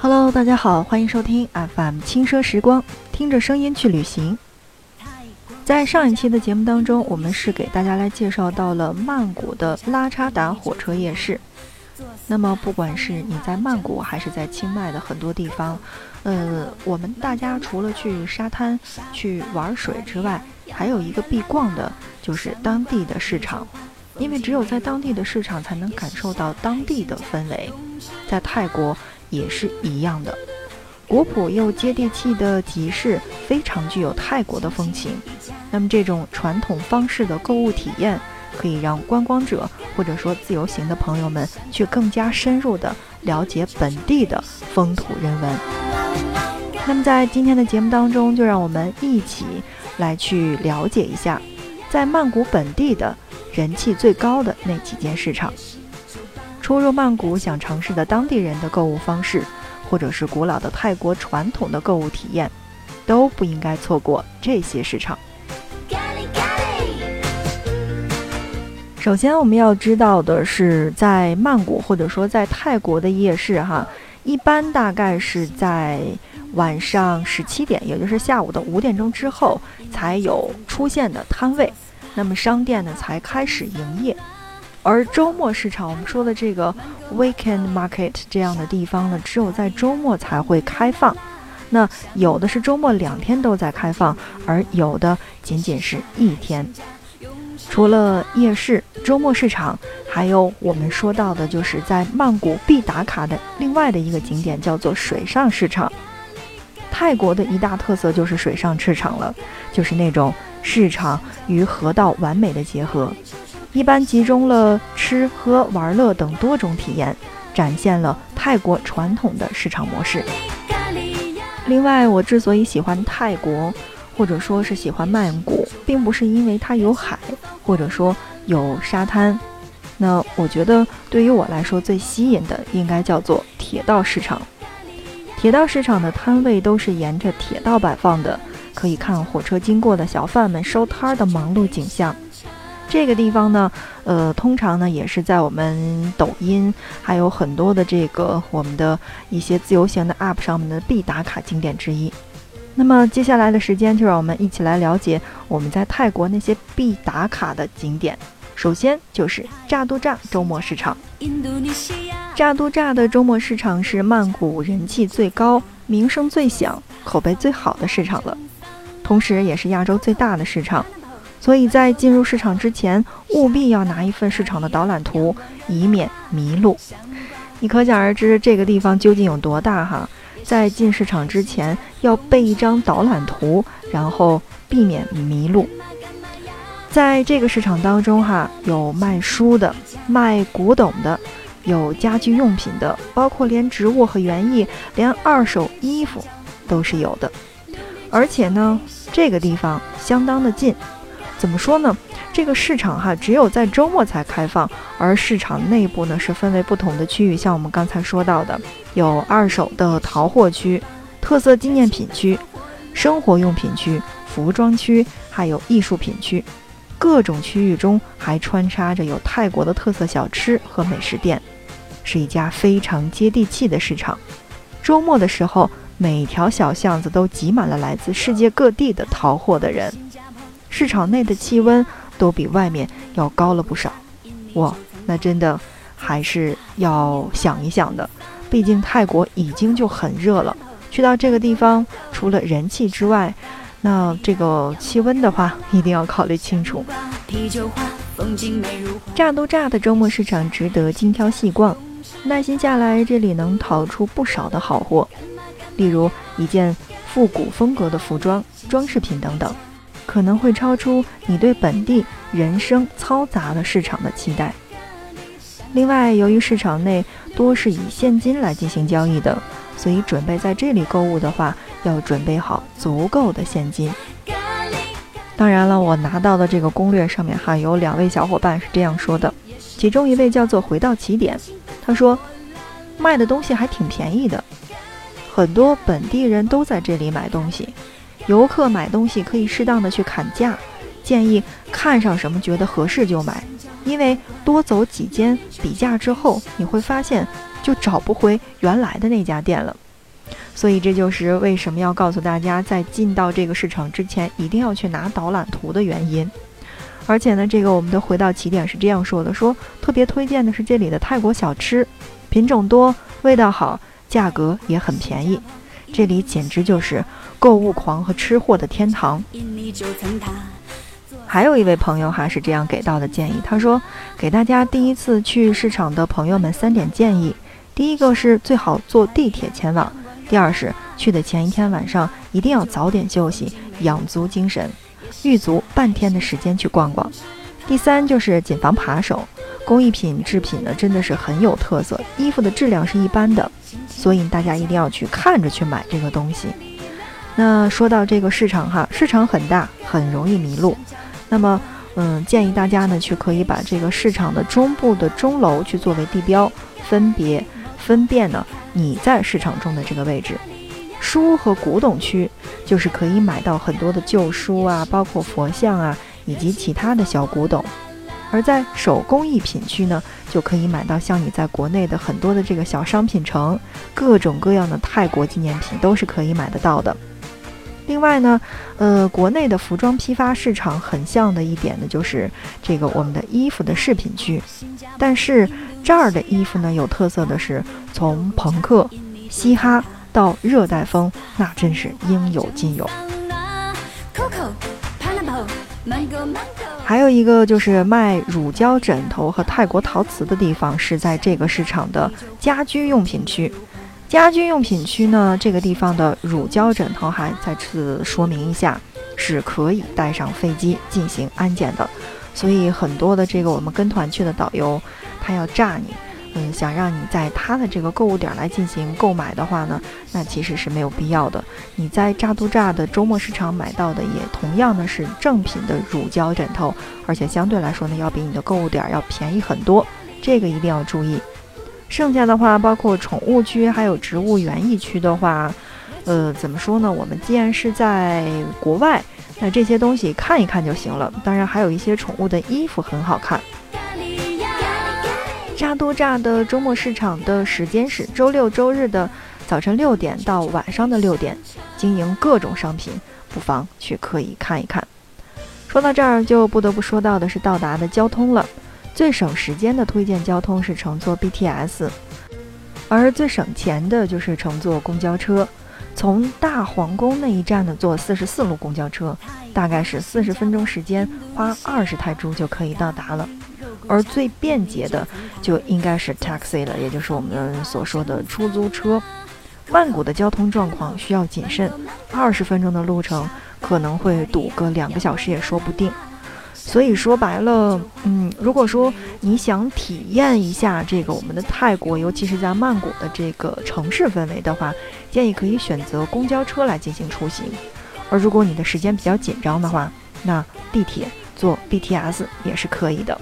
Hello， 大家好，欢迎收听 FM 轻奢时光，听着声音去旅行。在上一期的节目当中，我们是给大家来介绍到了曼谷的拉查达火车夜市。那么不管是你在曼谷还是在清迈的很多地方，我们大家除了去沙滩去玩水之外，还有一个必逛的就是当地的市场，因为只有在当地的市场才能感受到当地的氛围。在泰国也是一样的，古朴又接地气的集市非常具有泰国的风情。那么这种传统方式的购物体验，可以让观光者或者说自由行的朋友们去更加深入地了解本地的风土人文。那么在今天的节目当中，就让我们一起来去了解一下在曼谷本地的人气最高的那几间市场。初入曼谷想尝试的当地人的购物方式，或者是古老的泰国传统的购物体验，都不应该错过这些市场。首先我们要知道的是，在曼谷或者说在泰国的夜市一般大概是在晚上17点，也就是下午的5点钟之后才有出现的摊位，那么商店呢才开始营业。而周末市场，我们说的这个 weekend market 这样的地方呢，只有在周末才会开放。那有的是周末2天都在开放，而有的仅仅是1天。除了夜市、周末市场，还有我们说到的就是在曼谷必打卡的另外的一个景点，叫做水上市场。泰国的一大特色就是水上市场了，就是那种市场与河道完美的结合，一般集中了吃喝玩乐等多种体验，展现了泰国传统的市场模式。另外，我之所以喜欢泰国，或者说是喜欢曼谷，并不是因为它有海，或者说有沙滩。那我觉得对于我来说最吸引的应该叫做铁道市场。铁道市场的摊位都是沿着铁道摆放的，可以看火车经过的小贩们收摊的忙碌景象。这个地方呢，通常呢也是在我们抖音还有很多的这个我们的一些自由行的 App 上面的必打卡景点之一。那么接下来的时间，就让我们一起来了解我们在泰国那些必打卡的景点。首先就是扎都扎周末市场。扎都扎的周末市场是曼谷人气最高、名声最响、口碑最好的市场了，同时也是亚洲最大的市场。所以在进入市场之前，务必要拿一份市场的导览图，以免迷路。你可想而知这个地方究竟有多大在进市场之前要备一张导览图，然后避免迷路。在这个市场当中有卖书的，卖古董的，有家居用品的，包括连植物和园艺，连二手衣服都是有的。而且呢，这个地方相当的近。怎么说呢？这个市场只有在周末才开放，而市场内部呢是分为不同的区域，像我们刚才说到的，有二手的淘货区、特色纪念品区、生活用品区、服装区，还有艺术品区。各种区域中还穿插着有泰国的特色小吃和美食店，是一家非常接地气的市场。周末的时候，每条小巷子都挤满了来自世界各地的淘货的人。市场内的气温都比外面要高了不少，那真的还是要想一想的。毕竟泰国已经就很热了，去到这个地方，除了人气之外，那这个气温的话，一定要考虑清楚。扎都扎的周末市场值得精挑细逛，耐心下来，这里能淘出不少的好货，例如一件复古风格的服装、装饰品等等。可能会超出你对本地人声嘈杂的市场的期待。另外，由于市场内多是以现金来进行交易的，所以准备在这里购物的话，要准备好足够的现金。当然了，我拿到的这个攻略上面有2位小伙伴是这样说的，其中一位叫做回到起点，他说卖的东西还挺便宜的，很多本地人都在这里买东西。游客买东西可以适当的去砍价，建议看上什么觉得合适就买，因为多走几间比价之后，你会发现就找不回原来的那家店了。 所以这就是为什么要告诉大家，在进到这个市场之前，一定要去拿导览图的原因。而且呢，这个我们的回到起点是这样说的，说特别推荐的是这里的泰国小吃，品种多，味道好，价格也很便宜，这里简直就是购物狂和吃货的天堂。还有一位朋友还是这样给到的建议，他说给大家第一次去市场的朋友们3点建议。第一个是最好坐地铁前往，第二是去的前一天晚上一定要早点休息，养足精神，预足半天的时间去逛逛。第三就是谨防扒手，工艺品制品呢真的是很有特色，衣服的质量是一般的，所以大家一定要去看着去买这个东西。那说到这个市场哈，市场很大，很容易迷路。那么建议大家呢可以把这个市场的中部的钟楼去作为地标，分辨呢你在市场中的这个位置。书和古董区就是可以买到很多的旧书啊，包括佛像啊，以及其他的小古董。而在手工艺品区呢，就可以买到像你在国内的很多的这个小商品城，各种各样的泰国纪念品都是可以买得到的。另外呢，国内的服装批发市场很像的一点呢，就是这个我们的衣服的饰品区。但是这儿的衣服呢，有特色的是从朋克、嘻哈到热带风，那真是应有尽有。还有一个就是卖乳胶枕头和泰国陶瓷的地方，是在这个市场的家居用品区。家居用品区呢，这个地方的乳胶枕头还再次说明一下，是可以带上飞机进行安检的。所以很多的这个我们跟团去的导游，他要炸你，想让你在他的这个购物点来进行购买的话呢，那其实是没有必要的。你在扎都扎的周末市场买到的也同样的是正品的乳胶枕头，而且相对来说呢，要比你的购物点要便宜很多，这个一定要注意。剩下的话，包括宠物区还有植物园艺区的话，怎么说呢？我们既然是在国外，那这些东西看一看就行了。当然，还有一些宠物的衣服很好看。扎都扎的周末市场的时间是周六周日的早晨6点到晚上的6点，经营各种商品，不妨去可以看一看。说到这儿，就不得不说到的是到达的交通了。最省时间的推荐交通是乘坐 BTS， 而最省钱的就是乘坐公交车。从大皇宫那一站呢坐44路公交车，大概是40分钟时间，花20泰铢就可以到达了。而最便捷的就应该是 taxi 了，也就是我们所说的出租车。曼谷的交通状况需要谨慎，20分钟的路程可能会堵个2个小时也说不定。所以说白了，如果说你想体验一下这个我们的泰国，尤其是在曼谷的这个城市氛围的话，建议可以选择公交车来进行出行。而如果你的时间比较紧张的话，那地铁坐 BTS 也是可以的。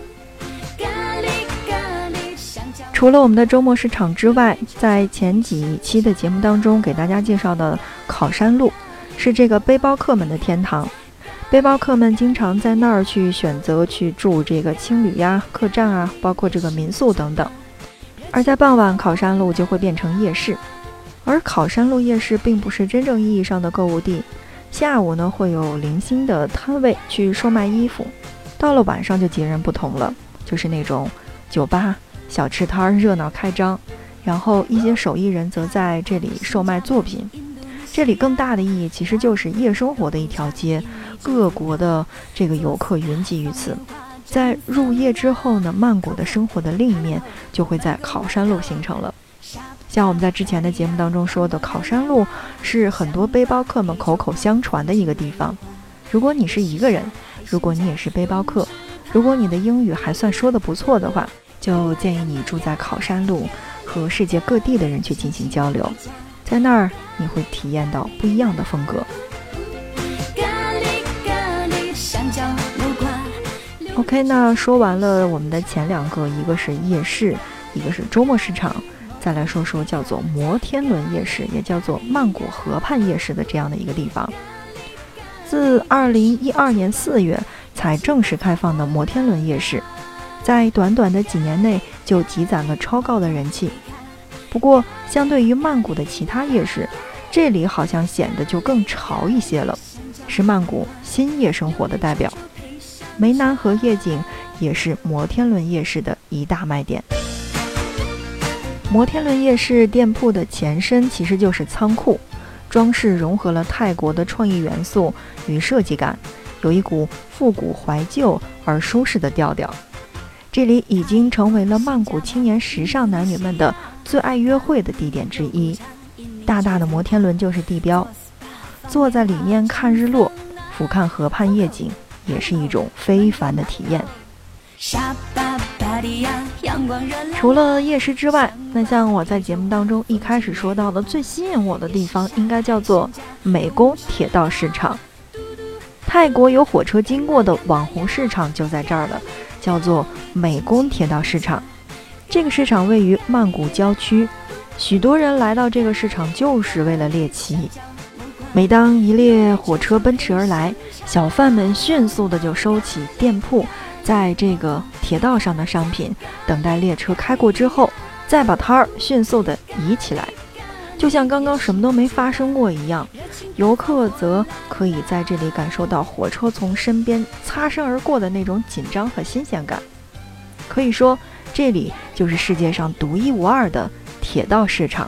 除了我们的周末市场之外，在前几期的节目当中给大家介绍的考山路，是这个背包客们的天堂。背包客们经常在那儿去选择去住这个青旅呀、客栈啊，包括这个民宿等等。而在傍晚，考山路就会变成夜市。而考山路夜市并不是真正意义上的购物地，下午呢会有零星的摊位去售卖衣服，到了晚上就截然不同了，就是那种酒吧、小吃摊热闹开张，然后一些手艺人则在这里售卖作品。这里更大的意义其实就是夜生活的一条街，各国的这个游客云集于此。在入夜之后呢，曼谷的生活的另一面就会在考山路形成了。像我们在之前的节目当中说的，考山路是很多背包客们口口相传的一个地方。如果你是一个人，如果你也是背包客，如果你的英语还算说得不错的话，就建议你住在考山路，和世界各地的人去进行交流。在那儿你会体验到不一样的风格。OK， 那说完了我们的前2个，一个是夜市，一个是周末市场，再来说说叫做摩天轮夜市，也叫做曼谷河畔夜市的这样的一个地方。自2012年4月才正式开放的摩天轮夜市，在短短的几年内就积攒了超高的人气。不过相对于曼谷的其他夜市， 这里好像显得就更潮一些了，是曼谷新夜生活的代表。湄南河夜景也是摩天轮夜市的一大卖点。摩天轮夜市店铺的前身其实就是仓库，装饰融合了泰国的创意元素与设计感，有一股复古怀旧而舒适的调调。这里已经成为了曼谷青年时尚男女们的最爱约会的地点之一。大大的摩天轮就是地标，坐在里面看日落，俯瞰河畔夜景，也是一种非凡的体验。除了夜市之外，那像我在节目当中一开始说到的最吸引我的地方，应该叫做美宫铁道市场。泰国有火车经过的网红市场就在这儿了，叫做美宫铁道市场。这个市场位于曼谷郊区，许多人来到这个市场就是为了猎奇。每当一列火车奔驰而来，小贩们迅速的就收起店铺在这个铁道上的商品，等待列车开过之后，再把摊儿迅速的移起来，就像刚刚什么都没发生过一样。游客则可以在这里感受到火车从身边擦身而过的那种紧张和新鲜感。可以说，这里就是世界上独一无二的铁道市场。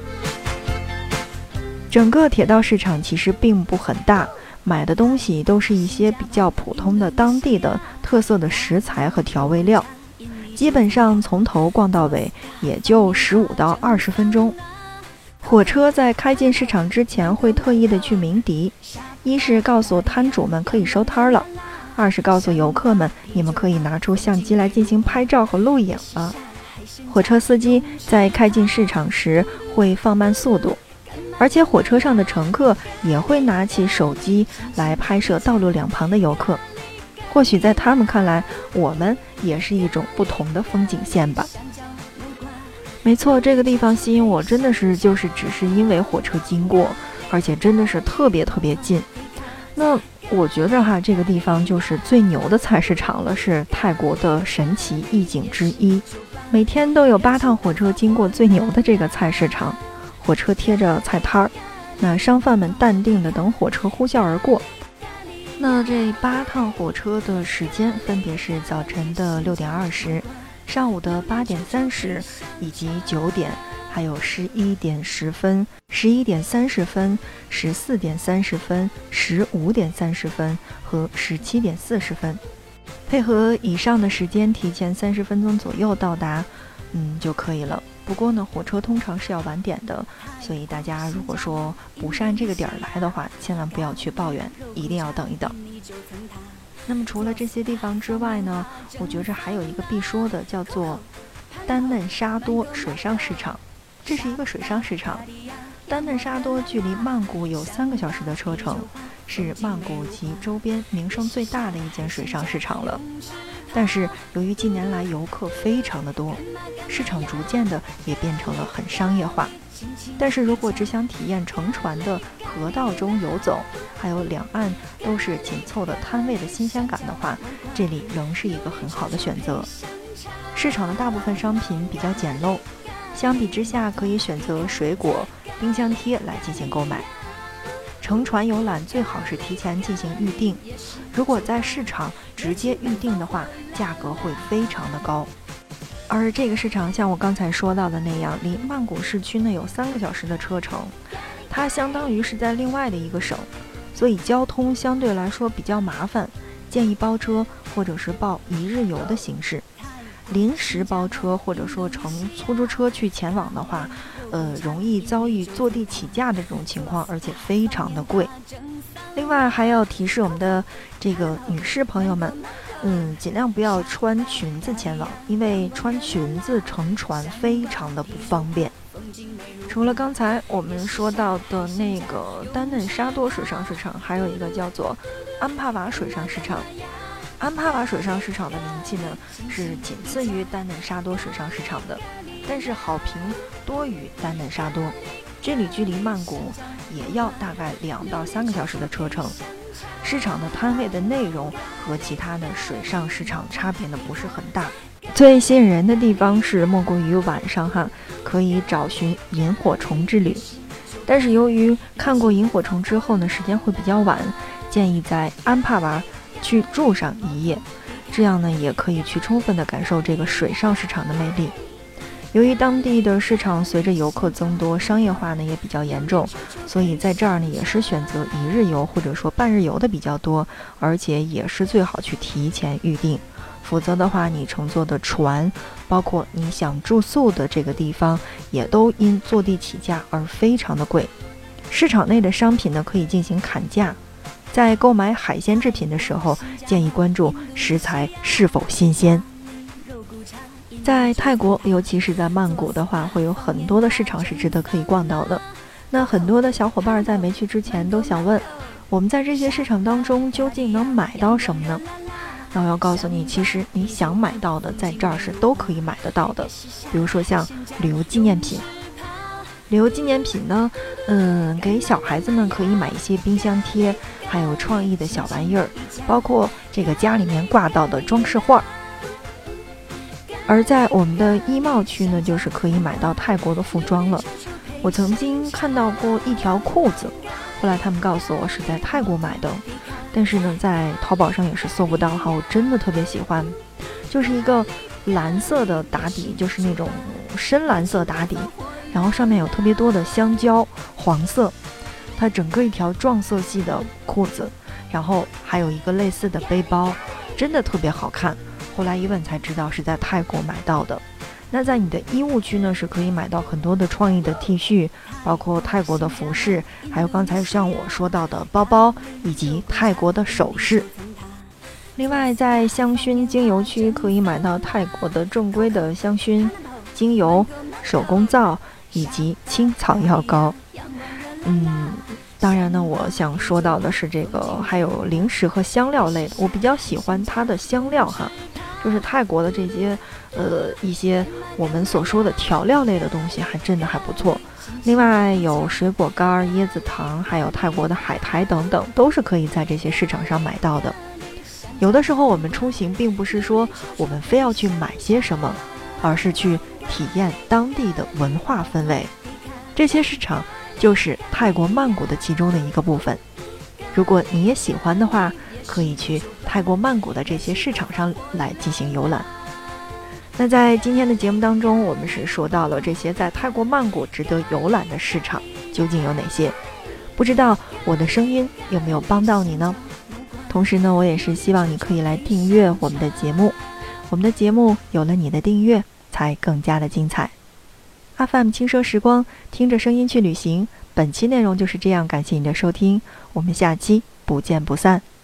整个铁道市场其实并不很大，买的东西都是一些比较普通的当地的特色的食材和调味料，基本上从头逛到尾也就15到20分钟。火车在开进市场之前会特意的去鸣笛，一是告诉摊主们可以收摊了，二是告诉游客们你们可以拿出相机来进行拍照和录影了。火车司机在开进市场时会放慢速度，而且火车上的乘客也会拿起手机来拍摄道路两旁的游客。或许在他们看来，我们也是一种不同的风景线吧。没错，这个地方吸引我真的是只是因为火车经过，而且真的是特别特别近。那我觉着这个地方就是最牛的菜市场了，是泰国的神奇异景之一。每天都有8趟火车经过最牛的这个菜市场，火车贴着菜摊儿，那商贩们淡定地等火车呼啸而过。那这8趟火车的时间分别是早晨的6点20、上午的8点30，以及9点，还有11点10分、11点30分、14点30分、15点30分和17点40分。配合以上的时间，提前30分钟左右到达，就可以了。不过呢，火车通常是要晚点的，所以大家如果说不是按这个点儿来的话，千万不要去抱怨，一定要等一等。那么除了这些地方之外呢，我觉着还有一个必说的，叫做丹嫩沙多水上市场。这是一个水上市场，丹嫩沙多距离曼谷有3个小时的车程，是曼谷及周边名声最大的一间水上市场了。但是由于近年来游客非常的多，市场逐渐的也变成了很商业化。但是如果只想体验乘船的河道中游走，还有两岸都是紧凑的摊位的新鲜感的话，这里仍是一个很好的选择。市场的大部分商品比较简陋，相比之下可以选择水果、冰箱贴来进行购买。乘船游览最好是提前进行预定，如果在市场直接预定的话，价格会非常的高。而这个市场像我刚才说到的那样，离曼谷市区呢有3个小时的车程，它相当于是在另外的一个省，所以交通相对来说比较麻烦，建议包车或者是报1日游的形式。临时包车或者说乘出租车去前往的话，容易遭遇坐地起价的这种情况，而且非常的贵。另外还要提示我们的这个女士朋友们，尽量不要穿裙子前往，因为穿裙子乘船非常的不方便。除了刚才我们说到的那个丹嫩沙多水上市场，还有一个叫做安帕瓦水上市场。安帕瓦水上市场的名气呢是仅次于丹嫩沙多水上市场的，但是好评多于丹嫩沙多。这里距离曼谷也要大概2到3个小时的车程。市场的摊位的内容和其他的水上市场差别呢不是很大。最吸引人的地方是莫过于晚上可以找寻萤火虫之旅。 但是由于看过萤火虫之后呢，时间会比较晚，建议在安帕瓦去住上一夜，这样呢也可以去充分的感受这个水上市场的魅力。由于当地的市场随着游客增多，商业化呢也比较严重，所以在这儿呢也是选择一日游或者说半日游的比较多，而且也是最好去提前预定，否则的话你乘坐的船，包括你想住宿的这个地方，也都因坐地起价而非常的贵。市场内的商品呢可以进行砍价，在购买海鲜制品的时候，建议关注食材是否新鲜。在泰国，尤其是在曼谷的话，会有很多的市场是值得可以逛到的。那很多的小伙伴在没去之前都想问，我们在这些市场当中究竟能买到什么呢？那我要告诉你，其实你想买到的，在这儿是都可以买得到的。比如说像旅游纪念品，旅游纪念品呢，给小孩子们可以买一些冰箱贴，还有创意的小玩意儿，包括这个家里面挂到的装饰画。而在我们的衣帽区呢，就是可以买到泰国的服装了。我曾经看到过一条裤子，后来他们告诉我是在泰国买的，但是呢，在淘宝上也是搜不到哈，我真的特别喜欢，就是一个蓝色的打底，就是那种深蓝色打底，然后上面有特别多的香蕉黄色，它整个一条撞色系的裤子，然后还有一个类似的背包，真的特别好看。后来一问才知道是在泰国买到的。那在你的衣物区呢，是可以买到很多的创意的 T 恤，包括泰国的服饰，还有刚才像我说到的包包，以及泰国的首饰。另外在香薰精油区可以买到泰国的正规的香薰精油、手工皂以及青草药膏。当然呢，我想说到的是这个还有零食和香料类的，我比较喜欢它的香料哈，就是泰国的这些一些我们所说的调料类的东西还真的还不错。另外有水果干、椰子糖，还有泰国的海苔等等，都是可以在这些市场上买到的。有的时候我们出行并不是说我们非要去买些什么，而是去体验当地的文化氛围。这些市场就是泰国曼谷的其中的一个部分。如果你也喜欢的话，可以去泰国曼谷的这些市场上来进行游览。那在今天的节目当中，我们是说到了这些在泰国曼谷值得游览的市场究竟有哪些，不知道我的声音有没有帮到你呢？同时呢，我也是希望你可以来订阅我们的节目，我们的节目有了你的订阅才更加的精彩。FM 轻奢时光，听着声音去旅行，本期内容就是这样，感谢你的收听，我们下期不见不散。